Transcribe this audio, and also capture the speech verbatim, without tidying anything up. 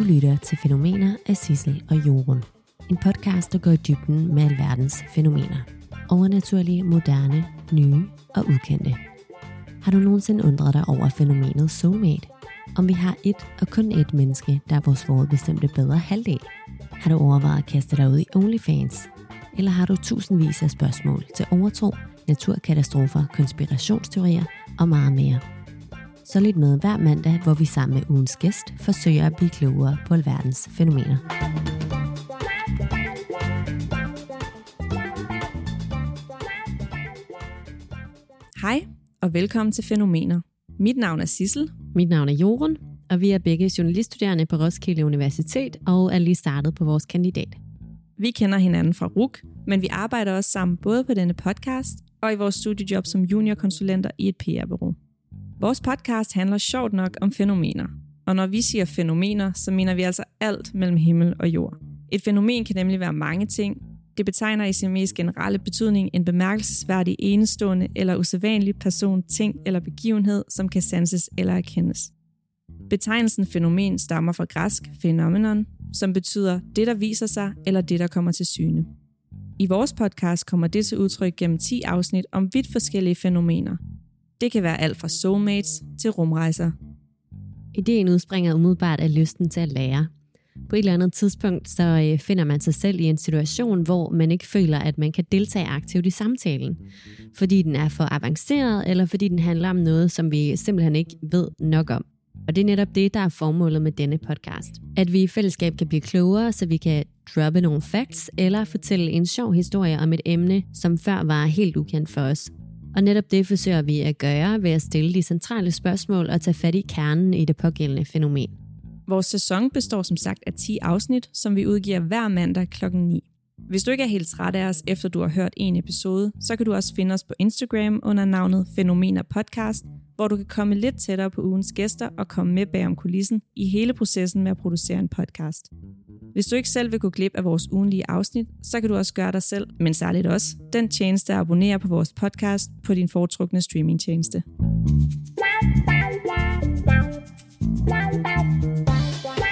lytter til Fænomener af Sissel og Jorun. En podcast, der går i dybden med alverdens fænomener. Overnaturlige, moderne, nye og ukendte. Har du nogensinde undret dig over fænomenet soulmate? Om vi har et og kun et menneske, der er vores forudbestemte bedre halvdel? Har du overvejet at kaste dig ud i OnlyFans? Eller har du tusindvis af spørgsmål til overtro, naturkatastrofer, konspirationsteorier og meget mere? Så lyt med hver mandag, hvor vi sammen med ugens gæst forsøger at blive klogere på alverdens fænomener. Hej og velkommen til Fænomener. Mit navn er Sissel. Mit navn er Jorun, og vi er begge journaliststuderende på Roskilde Universitet og er lige startet på vores kandidat. Vi kender hinanden fra R U C, men vi arbejder også sammen både på denne podcast og i vores studiejob som juniorkonsulenter i et P R-bureau. Vores podcast handler sjovt nok om fænomener, og når vi siger fænomener, så mener vi altså alt mellem himmel og jord. Et fænomen kan nemlig være mange ting. Det betegner i sin mest generelle betydning en bemærkelsesværdig, enestående eller usædvanlig person, ting eller begivenhed, som kan sanses eller erkendes. Betegnelsen fænomen stammer fra græsk phenomenon, som betyder det, der viser sig, eller det, der kommer til syne. I vores podcast kommer det til udtryk gennem ti afsnit om vidt forskellige fænomener. Det kan være alt fra soulmates til rumrejser. Ideen udspringer umiddelbart af lysten til at lære. På et eller andet tidspunkt så finder man sig selv i en situation, hvor man ikke føler, at man kan deltage aktivt i samtalen. Fordi den er for avanceret, eller fordi den handler om noget, som vi simpelthen ikke ved nok om. Og det er netop det, der er formålet med denne podcast. At vi i fællesskab kan blive klogere, så vi kan droppe nogle facts, eller fortælle en sjov historie om et emne, som før var helt ukendt for os. Og netop det forsøger vi at gøre ved at stille de centrale spørgsmål og tage fat i kernen i det pågældende fænomen. Vores sæson består som sagt af ti afsnit, som vi udgiver hver mandag klokken ni. Hvis du ikke er helt træt af os, efter du har hørt en episode, så kan du også finde os på Instagram under navnet Fænomener Podcast, hvor du kan komme lidt tættere på ugens gæster og komme med bag om kulissen i hele processen med at producere en podcast. Hvis du ikke selv vil gå glip af vores ugenlige afsnit, så kan du også gøre dig selv, men særligt også, den tjeneste at abonnere på vores podcast på din foretrukne streamingtjeneste.